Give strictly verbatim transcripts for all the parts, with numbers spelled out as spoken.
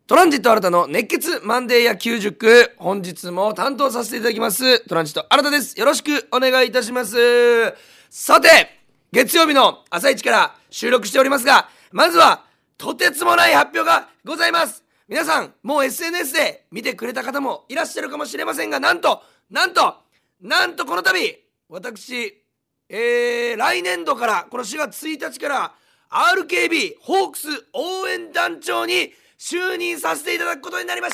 トランジット新たの熱血マンデー野球塾、本日も担当させていただきますトランジット新たです。よろしくお願いいたします。さて、月曜日の朝一から収録しておりますが、まずはとてつもない発表がございます。皆さんもう エスエヌエス で見てくれた方もいらっしゃるかもしれませんが、なんとなんとなんとこの度私、えー、来年度からこのしがつついたちから アールケービー ホークス応援団長に就任させていただくことになりました。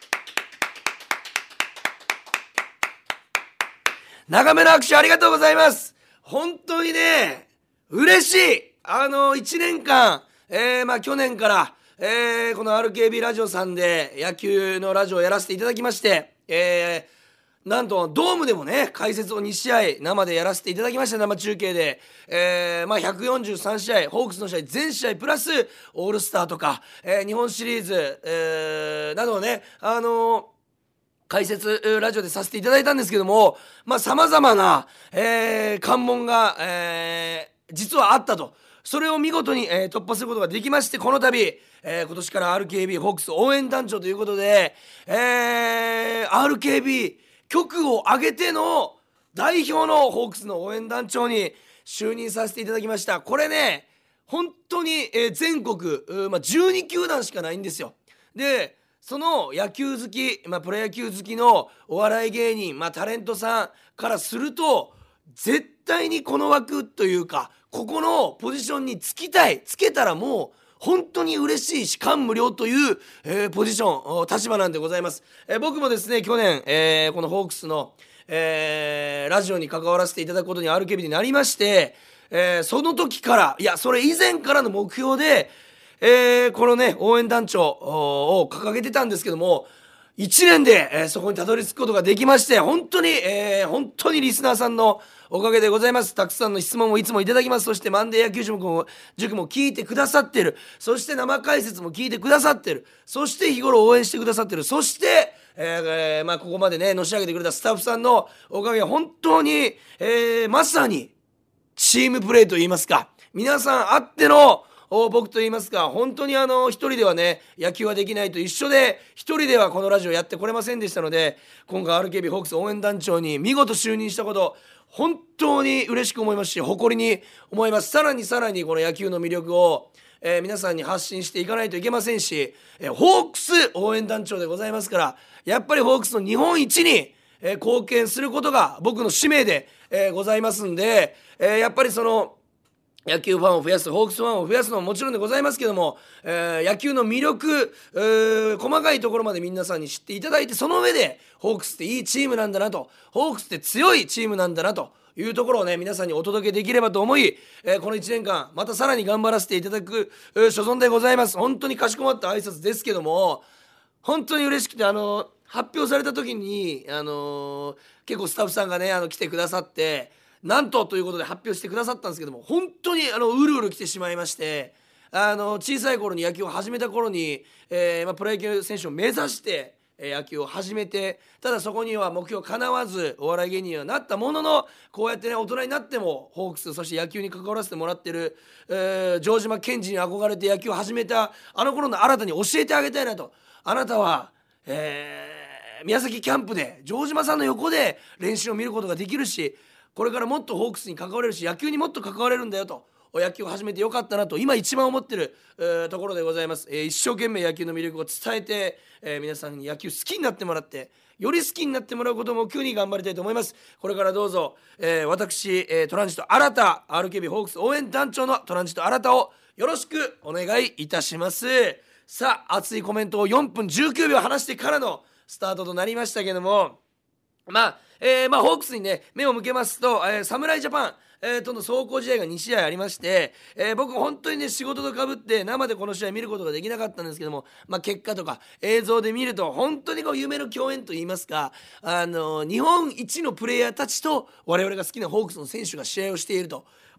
長めの拍手ありがとうございます。本当にね、嬉しい。あのいちねんかん、えー、まあ去年から、えー、この アールケービー ラジオさんで野球のラジオをやらせていただきまして、えーなんとドームでもね解説をにしあい生でやらせていただきました。生中継で、えーまあ、ひゃくよんじゅうさんしあいホークスの試合全試合プラスオールスターとか、えー、日本シリーズ、えー、などをね、あのー、解説ラジオでさせていただいたんですけども、まあさまざまな、えー、関門が、えー、実はあったと。それを見事に、えー、突破することができまして、この度、えー、今年から アールケービー ホークス応援団長ということで、えー、アールケービー局を挙げての代表のホークスの応援団長に就任させていただきました。これね、本当に、えー、全国、まあ、じゅうにきゅうだんしかないんですよ。でその野球好き、まあ、プロ野球好きのお笑い芸人、まあ、タレントさんからすると絶対にこの枠というかここのポジションにつきたい、つけたらもう本当に嬉しいし感無量という、えー、ポジション立場なんでございます。えー、僕もですね去年、えー、このホークスの、えー、ラジオに関わらせていただくことに アールケービー になりまして、えー、その時からいやそれ以前からの目標で、えー、このね応援団長を掲げてたんですけども、いちねんで、えー、そこにたどり着くことができまして、本当に、えー、本当にリスナーさんのおかげでございます。たくさんの質問をいつもいただきます。そしてマンデー野球塾も塾も聞いてくださってる、そして生解説も聞いてくださってる、そして日頃応援してくださってる、そして、えーまあ、ここまでねのし上げてくれたスタッフさんのおかげで本当に、えー、まさにチームプレーといいますか、皆さんあっての僕と言いますか、本当にあの一人ではね野球はできないと一緒で、一人ではこのラジオやってこれませんでしたので、今回 アールケービー ホークス応援団長に見事就任したこと、本当に嬉しく思いますし誇りに思います。さらにさらにこの野球の魅力を、えー、皆さんに発信していかないといけませんし、えー、ホークス応援団長でございますから、やっぱりホークスの日本一に、えー、貢献することが僕の使命で、えー、ございますんで、えー、やっぱりその野球ファンを増やす、ホークスファンを増やすのももちろんでございますけども、えー、野球の魅力、えー、細かいところまで皆さんに知っていただいて、その上でホークスっていいチームなんだなと、ホークスって強いチームなんだなというところをね皆さんにお届けできればと思い、えー、このいちねんかんまたさらに頑張らせていただく、えー、所存でございます。本当にかしこまった挨拶ですけども、本当に嬉しくて、あの発表された時に、あのー、結構スタッフさんがねあの来てくださって、なんとということで発表してくださったんですけども、本当にあのうるうる来てしまいまして、あの小さい頃に野球を始めた頃に、えーまあ、プロ野球選手を目指して野球を始めて、ただそこには目標叶わずお笑い芸人にはなったものの、こうやってね大人になってもホークス、そして野球に関わらせてもらってる、えー、城島健二に憧れて野球を始めたあの頃の新たに教えてあげたいなと。あなたは、えー、宮崎キャンプで城島さんの横で練習を見ることができるし、これからもっとホークスに関われるし、野球にもっと関われるんだよと、野球を始めてよかったなと今一番思ってる、えー、ところでございます。えー、一生懸命野球の魅力を伝えて、えー、皆さんに野球好きになってもらって、より好きになってもらうことを目標に頑張りたいと思います。これからどうぞ、えー、私、えー、トランジット新た アールケービー ホークス応援団長のトランジット新たをよろしくお願いいたします。さあ、熱いコメントをよんぷんじゅうきゅうびょう話してからのスタートとなりましたけども、まあ、えー、まあホークスにね目を向けますと、えー、侍ジャパン、えー、との壮行試合がにしあいありまして、えー、僕本当にね仕事とかぶって生でこの試合見ることができなかったんですけども、まあ、結果とか映像で見ると本当にこう夢の共演といいますか、あのー、日本一のプレイヤーたちと我々が好きなホークスの選手が試合をしていると、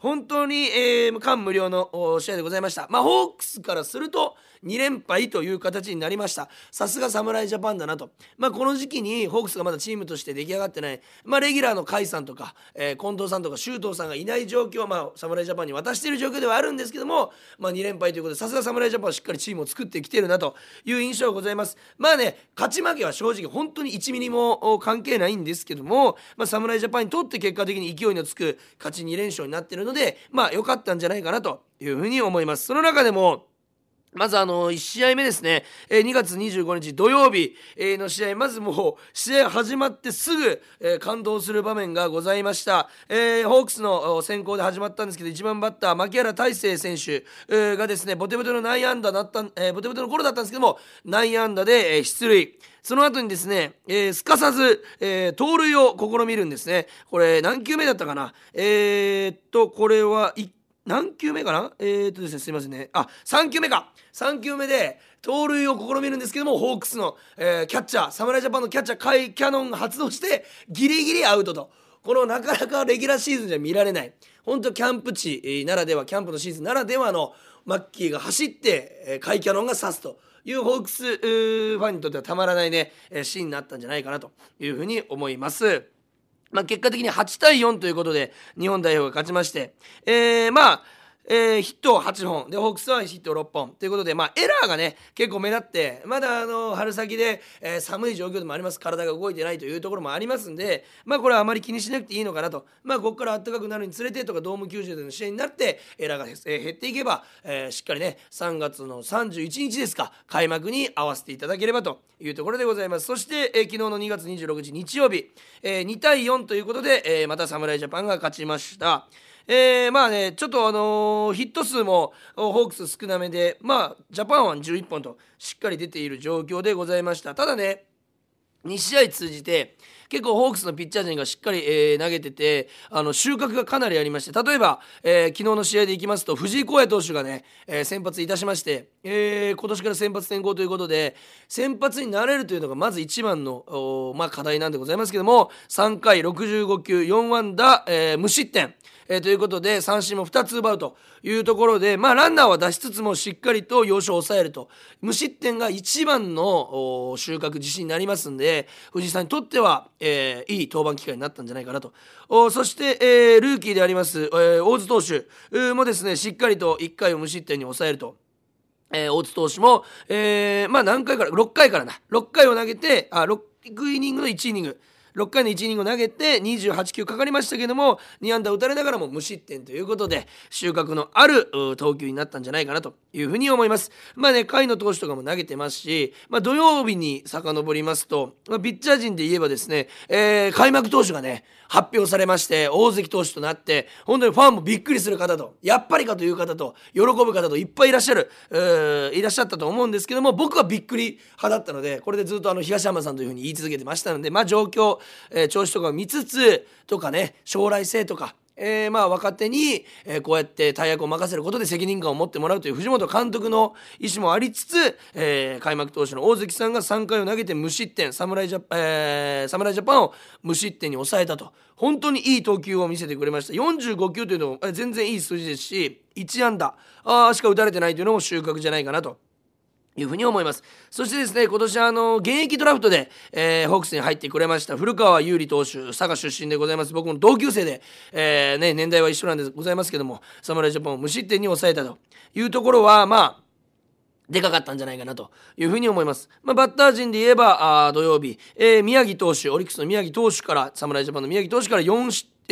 本当に、えー、感無量の試合でございました。まあホークスからするとに連敗という形になりました。さすが侍ジャパンだなと。まあこの時期にホークスがまだチームとして出来上がってない、まあレギュラーの甲斐さんとか、えー、近藤さんとか周東さんがいない状況をまあ侍ジャパンに渡している状況ではあるんですけども、まあに連敗ということでさすが侍ジャパンはしっかりチームを作ってきてるなという印象がございます。まあね、勝ち負けは正直本当にいちミリも関係ないんですけども、まあ侍ジャパンにとって結果的に勢いのつく勝ちに連勝になっているので、まあ良かったんじゃないかなというふうに思います。その中でもまずあのいち試合目ですね、えー、にがつにじゅうごにち土曜日、えー、の試合、まずもう試合始まってすぐ、えー、感動する場面がございました。えー、ホークスの先行で始まったんですけど、いちばんバッター牧原大成選手、えー、がですねボテボテの内野安打だった、えー、ボテボテの頃だったんですけども内野安打で、えー、出塁。その後にですね、えー、すかさず、えー、盗塁を試みるんですね。これ何球目だったかな、えー、っとこれはいっ何球目かなえー、っとですねすいませんねあさん球目かさん球目で盗塁を試みるんですけども、ホークスの、えー、キャッチャー侍ジャパンのキャッチャー甲斐キャノンが発動してギリギリアウトと、このなかなかレギュラーシーズンじゃ見られない本当キャンプ地ならではキャンプのシーズンならではのマッキーが走って、えー、甲斐キャノンが刺すというホークスファンにとってはたまらないねシーンになったんじゃないかなというふうに思います。まあ、結果的にはちたいよんということで日本代表が勝ちまして、えー、まあ、えー、ヒットはちほんでホークスはヒットろっぽんということで、まあ、エラーがね結構目立ってまだあの春先で、えー、寒い状況でもあります。体が動いてないというところもありますんで、まあこれはあまり気にしなくていいのかなと。まあここから暖かくなるにつれてとかドーム球場での試合になってエラーが、えー、減っていけば、えー、しっかりねさんがつのさんじゅういちにちですか開幕に合わせていただければというところでございます。そして、えー、昨日のにがつにじゅうろくにち日曜日、えー、にたいよんということで、えー、また侍ジャパンが勝ちました。えー、まあねちょっとあのー、ヒット数もホークス少なめで、まあジャパンはじゅういっぽんとしっかり出ている状況でございました。ただねに試合通じて結構ホークスのピッチャー陣がしっかり、えー、投げててあの収穫がかなりありまして、例えば、えー、昨日の試合でいきますと藤井皓哉投手がね、えー、先発いたしまして、えー、今年から先発転向ということで先発になれるというのがまず一番の、まあ、課題なんでございますけども、さんかいろくじゅうごきゅうよん安打、えー、無失点、えー、ということで三振もふたつ奪うというところで、まあランナーは出しつつもしっかりと要所を抑えると、無失点が一番の収穫自信になりますんで、藤井さんにとっては、えー、いい登板機会になったんじゃないかなと。そして、えー、ルーキーであります、えー、大津投手もですねしっかりといっかいを無失点に抑えると。えー、大津投手も、えー、まあ何回からろっかいからなろっかいを投げてあろくイニングのいちイニングろっかいのいちイニングを投げてにじゅうはちきゅうかかりましたけどもに安打打たれながらも無失点ということで収穫のある投球になったんじゃないかなというふうに思います。まあね甲斐の投手とかも投げてますし、まあ、土曜日に遡りますと、まあ、ピッチャー陣で言えばですね、えー、開幕投手がね発表されまして大関投手となって本当にファンもびっくりする方とやっぱりかという方と喜ぶ方といっぱいいらっしゃるいらっしゃったと思うんですけども、僕はびっくり派だったのでこれでずっとあの東山さんというふうに言い続けてましたので、まあ状況えー、調子とかを見つつとかね将来性とか、えー、まあ若手に、えー、こうやって大役を任せることで責任感を持ってもらうという藤本監督の意思もありつつ、えー、開幕投手の大関さんがさんかいを投げて無失点侍ジャ、えー、侍ジャパンを無失点に抑えたと、本当にいい投球を見せてくれました。よんじゅうごきゅうというのも全然いい数字ですしいち安打あしか打たれてないというのも収穫じゃないかなというふうに思います。そしてですね今年あの現役ドラフトで、えー、ホークスに入ってくれました古川優里投手佐賀出身でございます。僕の同級生で、えーね、年代は一緒なんでございますけども侍ジャパンを無失点に抑えたというところはまあでかかったんじゃないかなというふうに思います。まあ、バッター陣で言えばあ土曜日、えー、宮城投手オリックスの宮城投手から侍ジャパンの宮城投手から 4,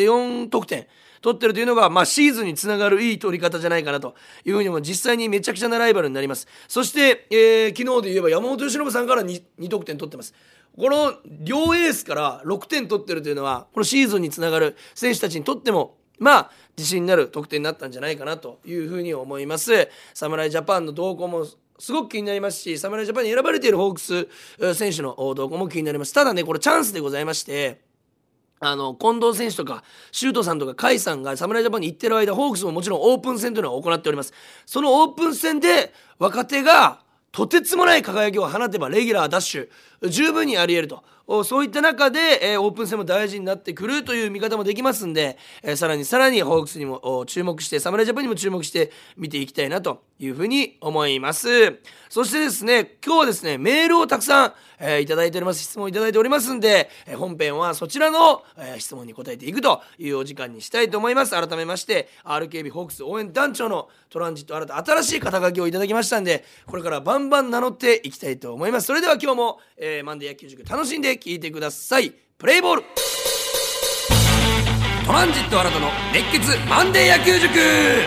4得点取ってるというのが、まあ、シーズンにつながるいい取り方じゃないかなというふうにも実際にめちゃくちゃなライバルになります。そして、えー、昨日で言えば山本由伸さんから 2, に得点取ってます。この両エースからろくてん取ってるというのはこのシーズンにつながる選手たちにとってもまあ自信になる得点になったんじゃないかなというふうに思います。侍ジャパンの動向もすごく気になりますし侍ジャパンに選ばれているホークス選手の動向も気になります。ただねこれチャンスでございましてあの近藤選手とか周東さんとか甲斐さんが侍ジャパンに行ってる間ホークスももちろんオープン戦というのを行っております。そのオープン戦で若手がとてつもない輝きを放てばレギュラーダッシュ十分にあり得るとそういった中で、えー、オープン戦も大事になってくるという見方もできますんで、えー、さらにさらにホークスにも注目して、侍ジャパンにも注目して見ていきたいなというふうに思います。そしてですね、今日はですねメールをたくさん、えー、いただいております。質問いただいておりますんで、えー、本編はそちらの、えー、質問に答えていくというお時間にしたいと思います。改めまして アールケービー ホークス応援団長のトランジット新た新しい肩書きをいただきましたんで、これからバンバン名乗っていきたいと思います。それでは今日も、えー、マンデー野球塾楽しんで聞いてください。プレイボールトランジット新たの熱血マンデー野球塾。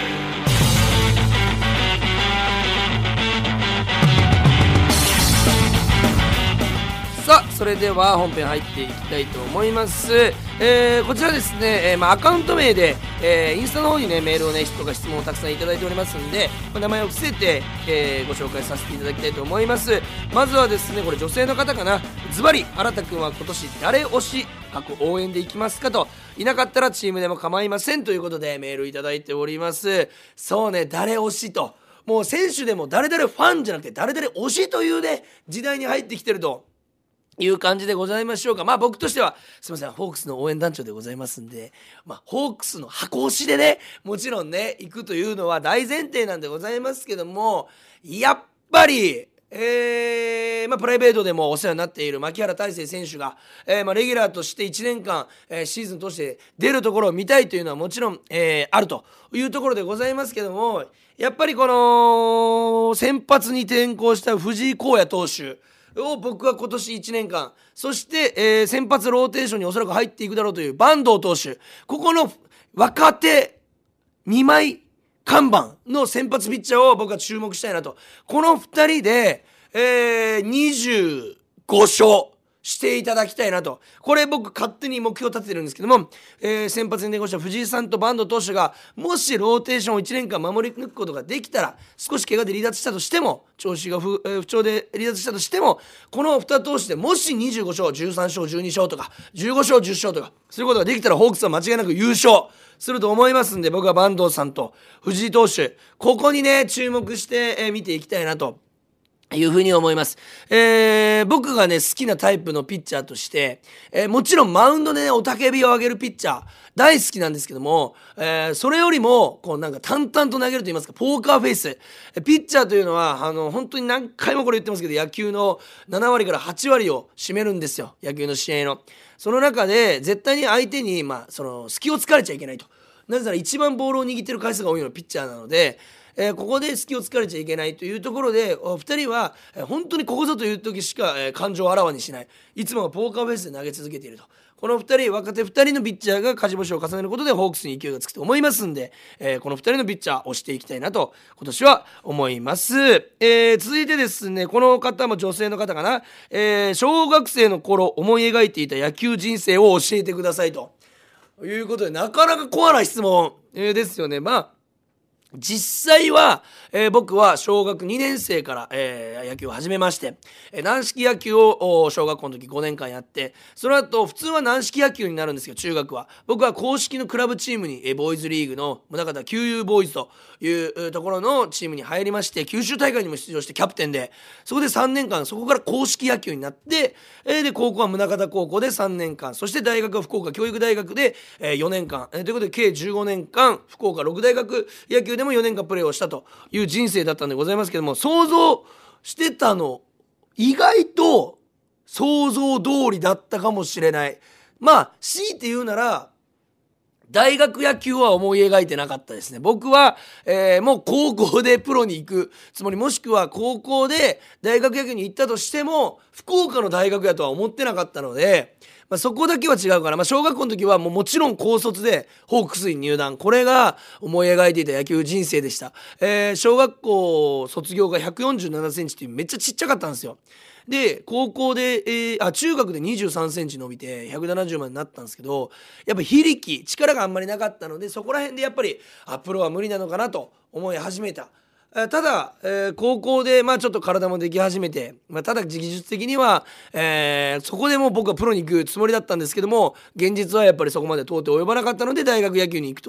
さあそれでは本編入っていきたいと思います。えー、こちらですね、えーまあ、アカウント名で、えー、インスタの方にねメールをねとか質問をたくさんいただいておりますんで、まあ、名前を伏せて、えー、ご紹介させていただきたいと思います。まずはですね、これ女性の方かな。ズバリ新田くんは今年誰推し応援でいきますかと、いなかったらチームでも構いませんということでメールいただいております。そうね、誰推しと、もう選手でも誰々ファンじゃなくて誰々推しというね時代に入ってきてるという感じでございましょうか。まあ僕としてはすいませんホークスの応援団長でございますんで、まあホークスの箱推しでねもちろんね行くというのは大前提なんでございますけども、やっぱりえーまあ、プライベートでもお世話になっている牧原大成選手が、えーまあ、レギュラーとしていちねんかん、えー、シーズン通して出るところを見たいというのはもちろん、えー、あるというところでございますけども、やっぱりこの先発に転向した藤井皓哉投手を僕は今年いちねんかん、そして、えー、先発ローテーションにおそらく入っていくだろうという坂東投手、ここの若手にまい看板の先発ピッチャーを僕は注目したいなと。このふたりで、えー、にじゅうごしょうしていただきたいなと。これ僕勝手に目標を立ててるんですけども、えー、先発に転向した藤井さんと坂東投手がもしローテーションをいちねんかん守り抜くことができたら、少し怪我で離脱したとしても、調子が 不,、えー、不調で離脱したとしても、このに投手でもしにじゅうごしょうじゅうさんしょうじゅうにしょうとかじゅうごしょうじゅっしょうとかすることができたら、ホークスは間違いなく優勝すると思いますんで、僕は坂東さんと藤井投手、ここにね注目して、えー、見ていきたいなというふうに思います。えー、僕がね好きなタイプのピッチャーとして、えー、もちろんマウンドでね雄たけびを上げるピッチャー大好きなんですけども、えー、それよりもこうなんか淡々と投げると言いますか、ポーカーフェイス、ピッチャーというのはあの本当に何回もこれ言ってますけど、野球のななわりからはちわりを占めるんですよ、野球の試合の。その中で絶対に相手に、まあ、その隙を突かれちゃいけないと。なぜなら一番ボールを握ってる回数が多いのはピッチャーなので、えー、ここで隙を突かれちゃいけないというところで、ふたりは、えー、本当にここぞという時しか、えー、感情をあらわにしない、いつもはポーカーフェイスで投げ続けていると。このふたり、若手ふたりのピッチャーが勝ち星を重ねることでホークスに勢いがつくと思いますんで、えー、このふたりのピッチャーを押していきたいなと今年は思います。えー、続いてですね、この方も女性の方かな、えー、小学生の頃思い描いていた野球人生を教えてくださいということで、なかなかコアな質問、えー、ですよね。まあ実際は、えー、僕は小学にねんせいから、えー、野球を始めまして、えー、軟式野球を小学校の時ごねんかんやって、その後普通は軟式野球になるんですけど、中学は僕は公式のクラブチームに、えー、ボーイズリーグの宗像旧友ボーイズというところのチームに入りまして、九州大会にも出場してキャプテンで、そこでさんねんかんそこから公式野球になって、えー、で高校は宗像高校でさんねんかん、そして大学は福岡教育大学で、えー、よねんかん、えー、ということで計じゅうごねんかん福岡ろく大学野球でもよねんかんプレーをしたという人生だったんでございますけども、想像してたの意外と想像通りだったかもしれない。まあ強いて言うなら大学野球は思い描いてなかったですね。僕は、えー、もう高校でプロに行くつもり、もしくは高校で大学野球に行ったとしても福岡の大学やとは思ってなかったので、まあ、そこだけは違うから、まあ、小学校の時はもうもちろん高卒でホークスに入団、これが思い描いていた野球人生でした。えー、小学校卒業がひゃくよんじゅうななセンチっていうめっちゃちっちゃかったんですよ。で高校で、えー、あ中学でにじゅうさんセンチ伸びてひゃくななじゅうまでになったんですけど、やっぱ非力力があんまりなかったので、そこら辺でやっぱりあプロは無理なのかなと思い始めた。ただ、えー、高校で、まあ、ちょっと体もでき始めて、まあ、ただ技術的には、えー、そこでも僕はプロに行くつもりだったんですけども、現実はやっぱりそこまで到底及ばなかったので大学野球に行くと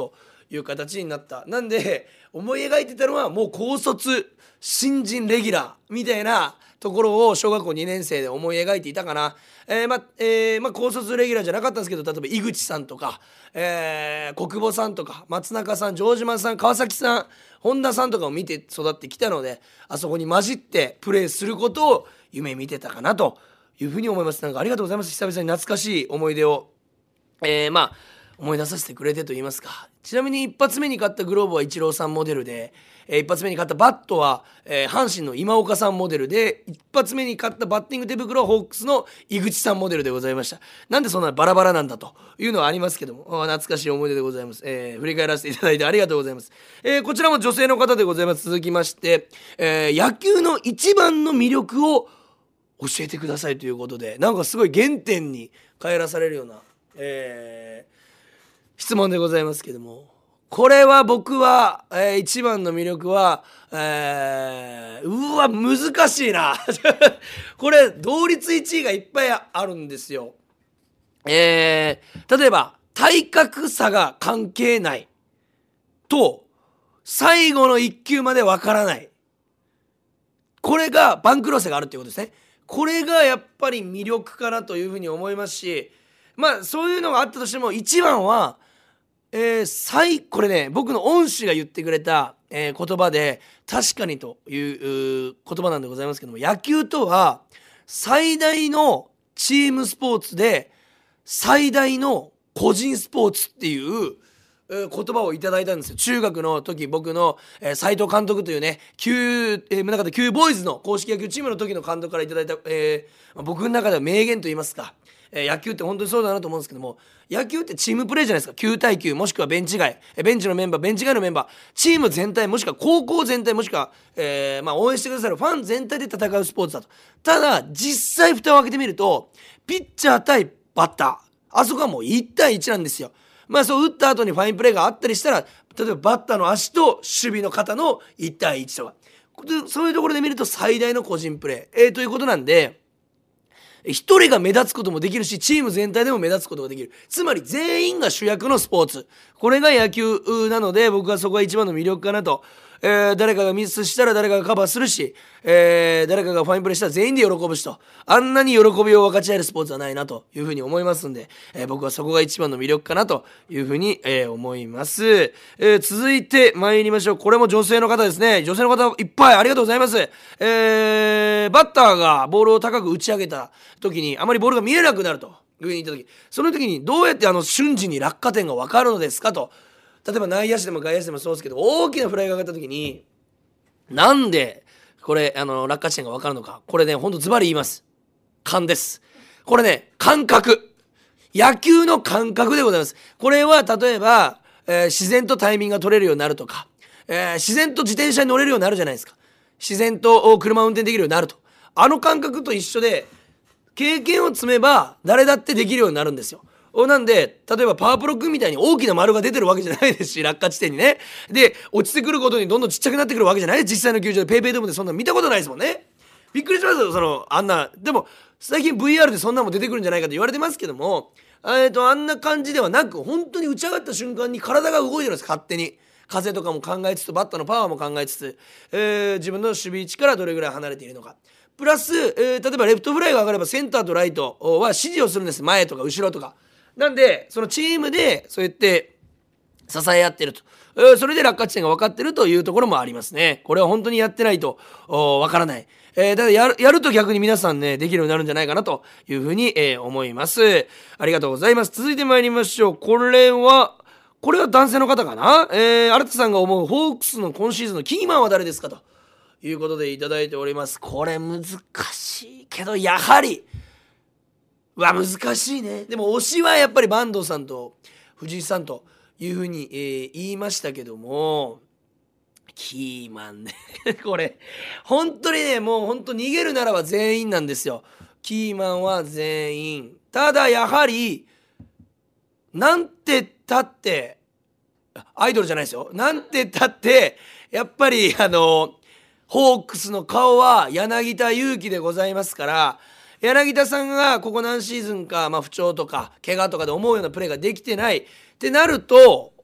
いう形になった。なんで思い描いてたのはもう高卒新人レギュラーみたいなところを小学校にねん生で思い描いていたかな。えーまえーまあ、高卒レギュラーじゃなかったんですけど、例えば井口さんとか、えー、国保さんとか松中さん、城島さん、川崎さん、本田さんとかを見て育ってきたので、あそこに混じってプレーすることを夢見てたかなというふうに思います。なんかありがとうございます。久々に懐かしい思い出を、えー、まあ思い出させてくれてと言いますか。ちなみに一発目に買ったグローブはイチローさんモデルで、えー、一発目に買ったバットは、えー、阪神の今岡さんモデルで、一発目に買ったバッティング手袋はホークスの井口さんモデルでございました。なんでそんなバラバラなんだというのはありますけども、懐かしい思い出でございます。えー、振り返らせていただいてありがとうございます。えー、こちらも女性の方でございます。続きまして、えー、野球の一番の魅力を教えてくださいということで、なんかすごい原点に帰らされるような、えー質問でございますけども、これは僕は、えー、一番の魅力は、えー、うわ難しいなこれ同率いちいがいっぱいあるんですよ。えー、例えば体格差が関係ないと最後のいっ球までわからない、これが番狂わせがあるっていうことですね。これがやっぱり魅力かなというふうに思いますし、まあそういうのがあったとしても一番は、えー、最これね僕の恩師が言ってくれた、えー、言葉で確かにという言葉なんでございますけども、野球とは最大のチームスポーツで最大の個人スポーツっていう言葉をいただいたんですよ。中学の時僕の斉藤監督というね旧、えー、中で旧ボーイズの公式野球チームの時の監督からいただいた、えー、僕の中では名言と言いますか、えー、野球って本当にそうだなと思うんですけども、野球ってチームプレーじゃないですか。きゅうたいきゅうもしくはベンチ外、ベンチのメンバーベンチ外のメンバーチーム全体もしくは高校全体もしくは、えーまあ、応援してくださるファン全体で戦うスポーツだと。ただ実際蓋を開けてみるとピッチャー対バッター、あそこはもういちたいいちなんですよ。まあそう打った後にファインプレーがあったりしたら、例えばバッターの足と守備の肩のいちたいいちとか、そういうところで見ると最大の個人プレー、えー、ということなんで、一人が目立つこともできるしチーム全体でも目立つことができる。つまり全員が主役のスポーツ、これが野球なので僕はそこが一番の魅力かなと。えー、誰かがミスしたら誰かがカバーするし、えー、誰かがファインプレーしたら全員で喜ぶしと、あんなに喜びを分かち合えるスポーツはないなというふうに思いますんで、えー、僕はそこが一番の魅力かなというふうに、えー、思います。えー、続いて参りましょう。これも女性の方ですね。女性の方いっぱいありがとうございます。えー、バッターがボールを高く打ち上げた時にあまりボールが見えなくなるというふうに言った時、その時にどうやってあの瞬時に落下点が分かるのですかと。例えば内野手でも外野手でもそうですけど、大きなフライが上がった時になんでこれあの落下地点が分かるのか、これねほんとズバリ言います。勘です。これね感覚、野球の感覚でございます。これは例えば、えー、自然とタイミングが取れるようになるとか、えー、自然と自転車に乗れるようになるじゃないですか。自然と車を運転できるようになると、あの感覚と一緒で経験を積めば誰だってできるようになるんですよ。なんで例えばパワープロ君みたいに大きな丸が出てるわけじゃないですし、落下地点にね、で落ちてくることにどんどんちっちゃくなってくるわけじゃない。実際の球場でペイペイドームでそんな見たことないですもんね。びっくりしますよ、そのあんな。でも最近 ブイアール でそんなのも出てくるんじゃないかと言われてますけども、えーとあんな感じではなく、本当に打ち上がった瞬間に体が動いてるんです。勝手に風とかも考えつつ、バッターのパワーも考えつつ、えー、自分の守備位置からどれぐらい離れているのか、プラス、えー、例えばレフトフライが上がればセンターとライトは指示をするんです。前とか後ろとか。なんでそのチームでそうやって支え合ってると、えー、それで落下地点が分かってるというところもありますね。これは本当にやってないと分からない。えー、だからやる、やると逆に皆さんねできるようになるんじゃないかなというふうに、えー、思います。ありがとうございます。続いて参りましょう。これはこれは男性の方かな。えー、新田さんが思うホークスの今シーズンのキーマンは誰ですかということでいただいております。これ難しいけどやはりわ難しいね。でも推しはやっぱり坂東さんと藤井さんというふうに、えー、言いましたけども、キーマンねこれ本当にね、もう本当逃げるならば全員なんですよ。キーマンは全員。ただやはりなんてったってアイドルじゃないですよ。なんてったってやっぱりあのホークスの顔は柳田悠岐でございますから、柳田さんがここ何シーズンか、まあ、不調とか怪我とかで思うようなプレーができてないってなると、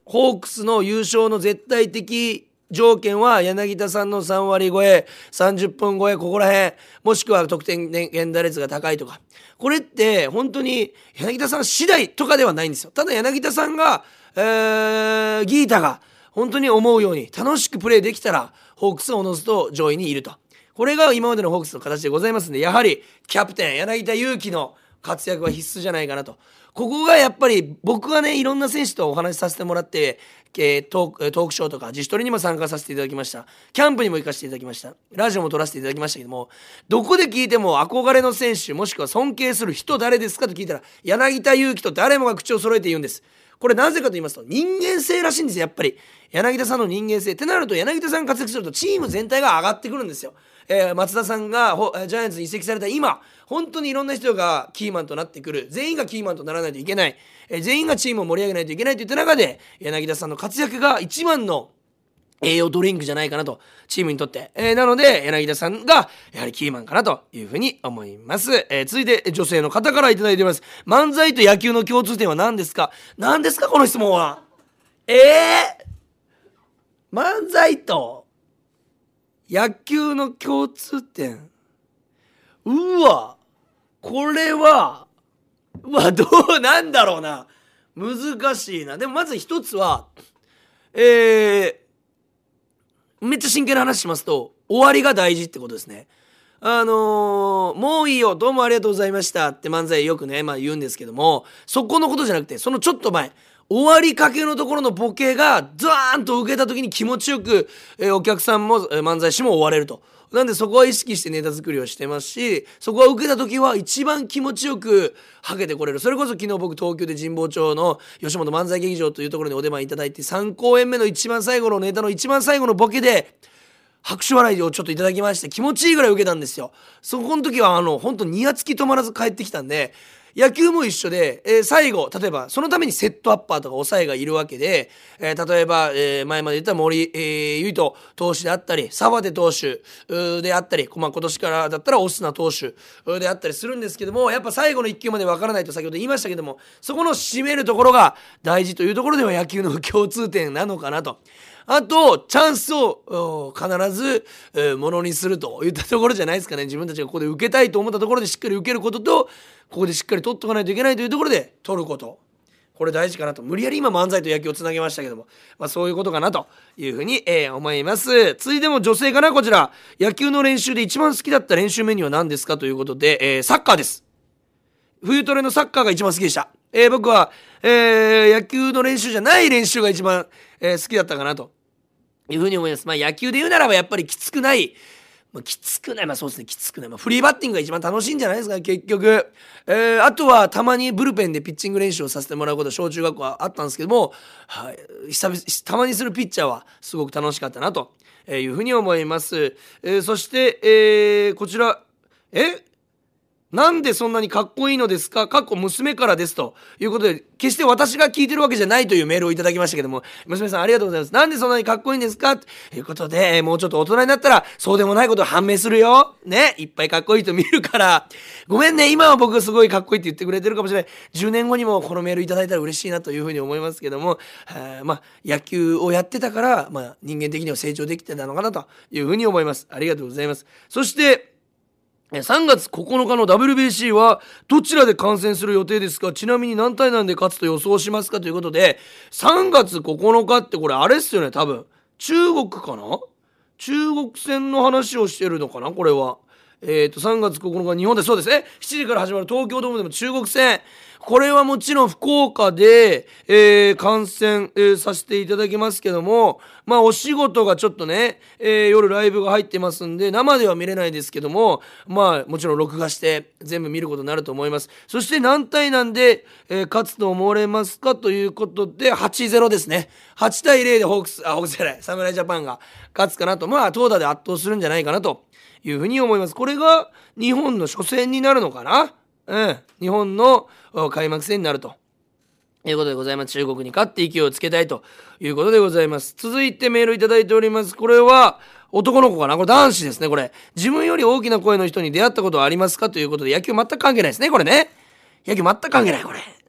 ホークスの優勝の絶対的条件は柳田さんのさんわり超え、さんじゅっぷん超え、ここら辺、もしくは得点源打率が高いとか、これって本当に柳田さん次第とかではないんですよ。ただ柳田さんが、えー、ギータが本当に思うように楽しくプレーできたらホークスをおのずと上位にいると、これが今までのホークスの形でございますので、やはりキャプテン柳田悠岐の活躍は必須じゃないかなと。ここがやっぱり僕はね、いろんな選手とお話しさせてもらって、えー、トーク、トークショーとか自主トレにも参加させていただきました。キャンプにも行かせていただきました。ラジオも撮らせていただきましたけども、どこで聞いても憧れの選手もしくは尊敬する人誰ですかと聞いたら柳田悠岐と誰もが口を揃えて言うんです。これなぜかと言いますと、人間性らしいんですよ。やっぱり柳田さんの人間性ってなると、柳田さんが活躍するとチーム全体が上がってくるんですよ。えー、松田さんがジャイアンツに移籍された今、本当にいろんな人がキーマンとなってくる、全員がキーマンとならないといけない、えー、全員がチームを盛り上げないといけないといった中で、柳田さんの活躍が一番の栄養ドリンクじゃないかなと、チームにとって、えー、なので柳田さんがやはりキーマンかなというふうに思います。えー、続いて女性の方からいただいております。漫才と野球の共通点は何ですか？何ですかこの質問は。えー、漫才と野球の共通点、うわこれはうわどうなんだろうな、難しいな。でもまず一つは、えー、めっちゃ真剣な話しますと、終わりが大事ってことですね。あのー、もういいよどうもありがとうございましたって漫才よくね、まあ、言うんですけども、そこのことじゃなくて、そのちょっと前、終わりかけのところのボケがザーンと受けた時に気持ちよく、えー、お客さんも、えー、漫才師も終われると。なんでそこは意識してネタ作りをしてますし、そこは受けた時は一番気持ちよくはけてこれる。それこそ昨日僕東京で神保町の吉本漫才劇場というところにお出番いただいて、さん公演目の一番最後のネタの一番最後のボケで拍手笑いをちょっといただきまして、気持ちいいぐらい受けたんですよ。そこの時はあの本当にニヤつき止まらず帰ってきたんで、野球も一緒で、えー、最後例えばそのためにセットアッパーとか抑えがいるわけで、えー、例えば、えー、前まで言った森、えー、唯斗投手であったり澤手投手であったり、まあ、今年からだったらオスナ投手であったりするんですけども、やっぱ最後のいっ球まで分からないと先ほど言いましたけども、そこの締めるところが大事というところでは野球の共通点なのかなと。あとチャンスを必ず、えー、ものにするといったところじゃないですかね。自分たちがここで受けたいと思ったところでしっかり受けることと、ここでしっかり取っとかないといけないというところで取ること、これ大事かなと。無理やり今漫才と野球をつなげましたけども、まあ、そういうことかなというふうに、えー、思います。続いても女性かな。こちら、野球の練習で一番好きだった練習メニューは何ですかということで、えー、サッカーです。冬トレのサッカーが一番好きでした。えー、僕は、えー、野球の練習じゃない練習が一番、えー、好きだったかなというふうに思います。まあ野球で言うならばやっぱりきつくない、まあ、きつくない、まあそうですね、きつくない、まあ、フリーバッティングが一番楽しいんじゃないですか結局。えー、あとはたまにブルペンでピッチング練習をさせてもらうことは小中学校はあったんですけども、はい、久々たまにするピッチャーはすごく楽しかったなというふうに思います。えー、そして、えー、こちらえなんでそんなにかっこいいのですか？かっこ娘からですということで、決して私が聞いてるわけじゃないというメールをいただきましたけども、娘さんありがとうございます。なんでそんなにかっこいいんですかということで、もうちょっと大人になったらそうでもないことが判明するよね。いっぱいかっこいい人見るから、ごめんね、今は僕すごいかっこいいって言ってくれてるかもしれない。じゅうねんごにもこのメールいただいたら嬉しいなというふうに思いますけども、まあ野球をやってたから、まあ、人間的には成長できてたのかなというふうに思います。ありがとうございます。そしてさんがつここのかの ダブリュービーシー はどちらで観戦する予定ですか？ちなみに何対何で勝つと予想しますかということで、さんがつここのかってこれあれっすよね、多分中国かな、中国戦の話をしてるのかな、これは。えーとさんがつここのか日本で、そうですね、しちじから始まる東京ドームでも中国戦、これはもちろん福岡で、えー、観戦、えー、させていただきますけども、まあお仕事がちょっとね、えー、夜ライブが入ってますんで生では見れないですけども、まあもちろん録画して全部見ることになると思います。そして何対何で、えー、勝つと思われますかということで はちたいゼロ ですね。はちたいゼロでホークスあホークスじゃない侍ジャパンが勝つかなと、まあ投打で圧倒するんじゃないかなというふうに思います。これが日本の初戦になるのかな、うん、日本の開幕戦になるということでございます。中国に勝って勢いをつけたいということでございます。続いてメールいただいております。これは男の子かな、これ男子ですね。これ自分より大きな声の人に出会ったことはありますかということで、野球全く関係ないですねこれね。野球全く関係ないこれ。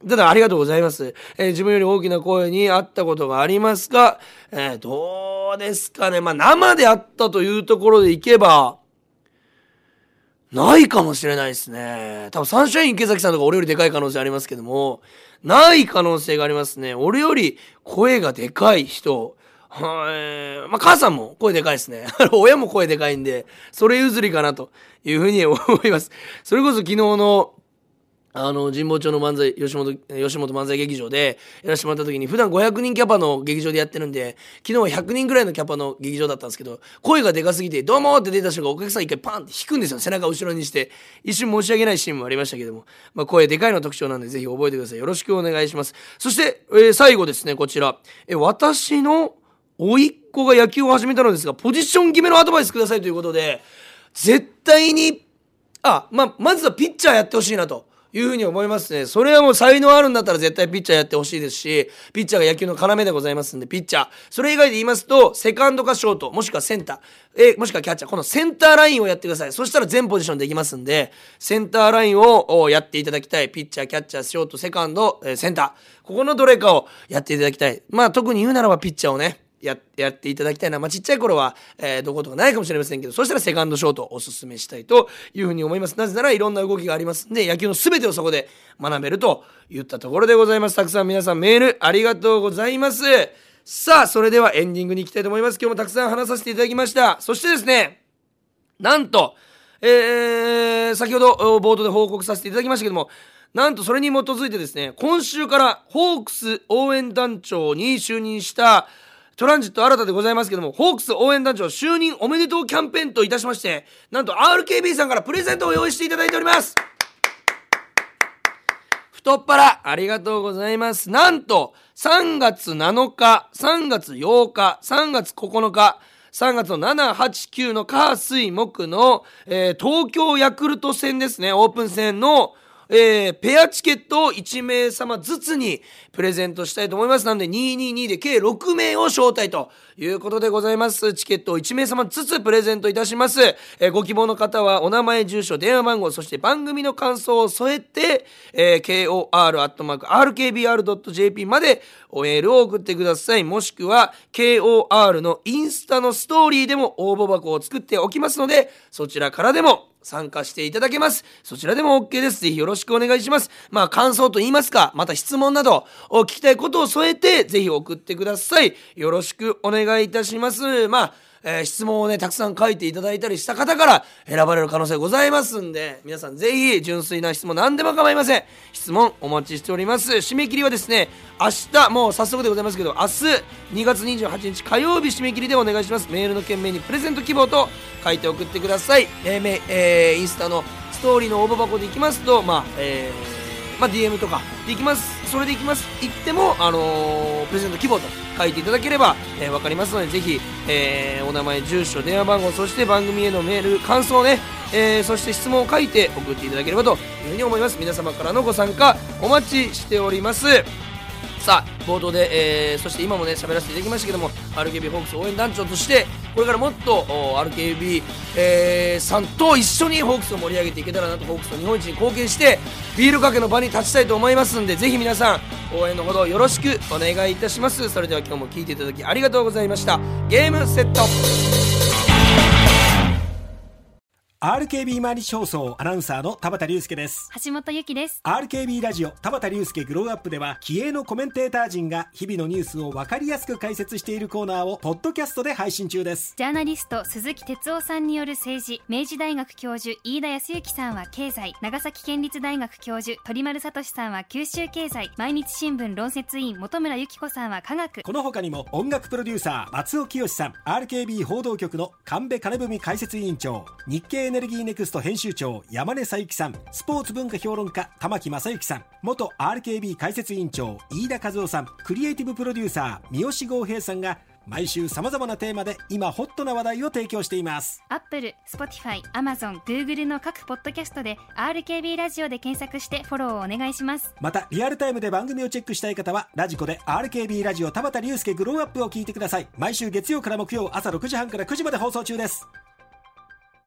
ただありがとうございます、えー、自分より大きな声に会ったことがありますか、えー、どうですかね。まあ生で会ったというところでいけばないかもしれないですね。多分サンシャイン池崎さんとか俺よりでかい可能性ありますけども、ない可能性がありますね。俺より声がでかい人、はい、まあ母さんも声でかいですね。親も声でかいんで、それ譲りかなというふうに思います。それこそ昨日のあの神保町の漫才吉本吉本漫才劇場でやらせてもらった時に、普段ごひゃくにんキャパの劇場でやってるんで、昨日はひゃくにんぐらいのキャパの劇場だったんですけど、声がでかすぎてどうもって出た瞬間お客さん一回パンって引くんですよ。背中を後ろにして一瞬申し訳ないシーンもありましたけども、まあ、声でかいの特徴なんでぜひ覚えてください。よろしくお願いします。そして、えー、最後ですね、こちら、えー、私の甥っ子が野球を始めたのですがポジション決めのアドバイスくださいということで、絶対にあ、まあ、まずはピッチャーやってほしいなというふうに思いますね。それはもう才能あるんだったら絶対ピッチャーやってほしいですし、ピッチャーが野球の要でございますんで、ピッチャー。それ以外で言いますと、セカンドかショート、もしくはセンター、えもしくはキャッチャー。このセンターラインをやってください。そしたら全ポジションできますんで、センターラインをやっていただきたい。ピッチャー、キャッチャー、ショート、セカンド、センター。ここのどれかをやっていただきたい。まあ特に言うならばピッチャーをね、や, やっていただきたいな。まあちっちゃい頃は、えー、どことかないかもしれませんけど、そしたらセカンドショートをおすすめしたいというふうに思います。なぜならいろんな動きがありますんで、野球の全てをそこで学べるといったところでございます。たくさん皆さんメールありがとうございます。さあそれではエンディングに行きたいと思います。今日もたくさん話させていただきました。そしてですね、なんと、えー、先ほど冒頭で報告させていただきましたけども、なんとそれに基づいてですね、今週からホークス応援団長に就任したトランジット新たでございますけども、ホークス応援団長就任おめでとうキャンペーンといたしまして、なんと アールケービー さんからプレゼントを用意していただいております。太っ腹ありがとうございます。なんとさんがつなのか、さんがつようか、さんがつここのか、さんがつのなな、はち、きゅうの火水木の、えー、東京ヤクルト戦ですね、オープン戦のえー、ペアチケットをいちめいさまずつにプレゼントしたいと思います。なのでにひゃくにじゅうにで計ろくめいを招待ということでございます。チケットをいちめいさまずつプレゼントいたします。えー、ご希望の方はお名前、住所、電話番号、そして番組の感想を添えて、えー、ケーオーアールアットマークアールケービーアールドットジェーピー までおメールを送ってください。もしくは ケーオーアール のインスタのストーリーでも応募箱を作っておきますので、そちらからでも参加していただけます。そちらでも OK です。ぜひよろしくお願いします。まあ感想と言いますか、また質問などを聞きたいことを添えてぜひ送ってください。よろしくお願いいたします。まあ、えー、質問をねたくさん書いていただいたりした方から選ばれる可能性ございますんで、皆さんぜひ純粋な質問何でも構いません。質問お待ちしております。締め切りはですね、明日もう早速でございますけど、明日にがつにじゅうはちにち火曜日締め切りでお願いします。メールの件名にプレゼント希望と書いて送ってください。えーえー、インスタのストーリーの応募箱でいきますと、まあ、えー、まあ ディーエム とかでいきます。それでいきます。言っても、あのー、プレゼント希望と書いていただければ、えー、分かりますので、ぜひ、えー、お名前、住所、電話番号、そして番組へのメール、感想ね、えー、そして質問を書いて送っていただければというふうに思います。皆様からのご参加お待ちしております。さあ冒頭で、えー、そして今もね喋らせていただきましたけども、 アールケービー ホークス応援団長としてこれからもっと アールケービー、えー、さんと一緒にホークスを盛り上げていけたらなと、ホークスの日本一に貢献してビールかけの場に立ちたいと思いますんで、ぜひ皆さん応援のほどよろしくお願いいたします。それでは今日も聞いていただきありがとうございました。ゲームセット。 アールケービー 毎日放送アナウンサーの田畑隆介です。 橋本由紀です。 アールケービー ラジオ田畑隆介グローアップでは、気鋭のコメンテーター陣が日々のニュースを分かりやすく解説しているコーナーをポッドキャストで配信中です。 ジャーナリスト鈴木哲夫さんによる政治、明治大学教授飯田康之さんは経済、長崎県立大学教授鳥丸聡さんは九州経済、毎日新聞論説委員本村由紀子さんは科学。 この他にも音楽プロデューサー松尾清さん、 アールケービー 報道局の神戸金文解説委員長、日経エネルギーネクスト編集長山根佐幸さん、スポーツ文化評論家玉木正之さん、元 アールケービー 解説委員長飯田和夫さん、クリエイティブプロデューサー三好剛平さんが毎週さまざまなテーマで今ホットな話題を提供しています。 アップル、Spotify、Amazon、Google の各ポッドキャストで アールケービー ラジオで検索してフォローをお願いします。 またリアルタイムで番組をチェックしたい方はラジコで アールケービー ラジオ田畑隆介グローアップを聞いてください。毎週月曜から木曜朝ろくじはんからくじまで放送中です。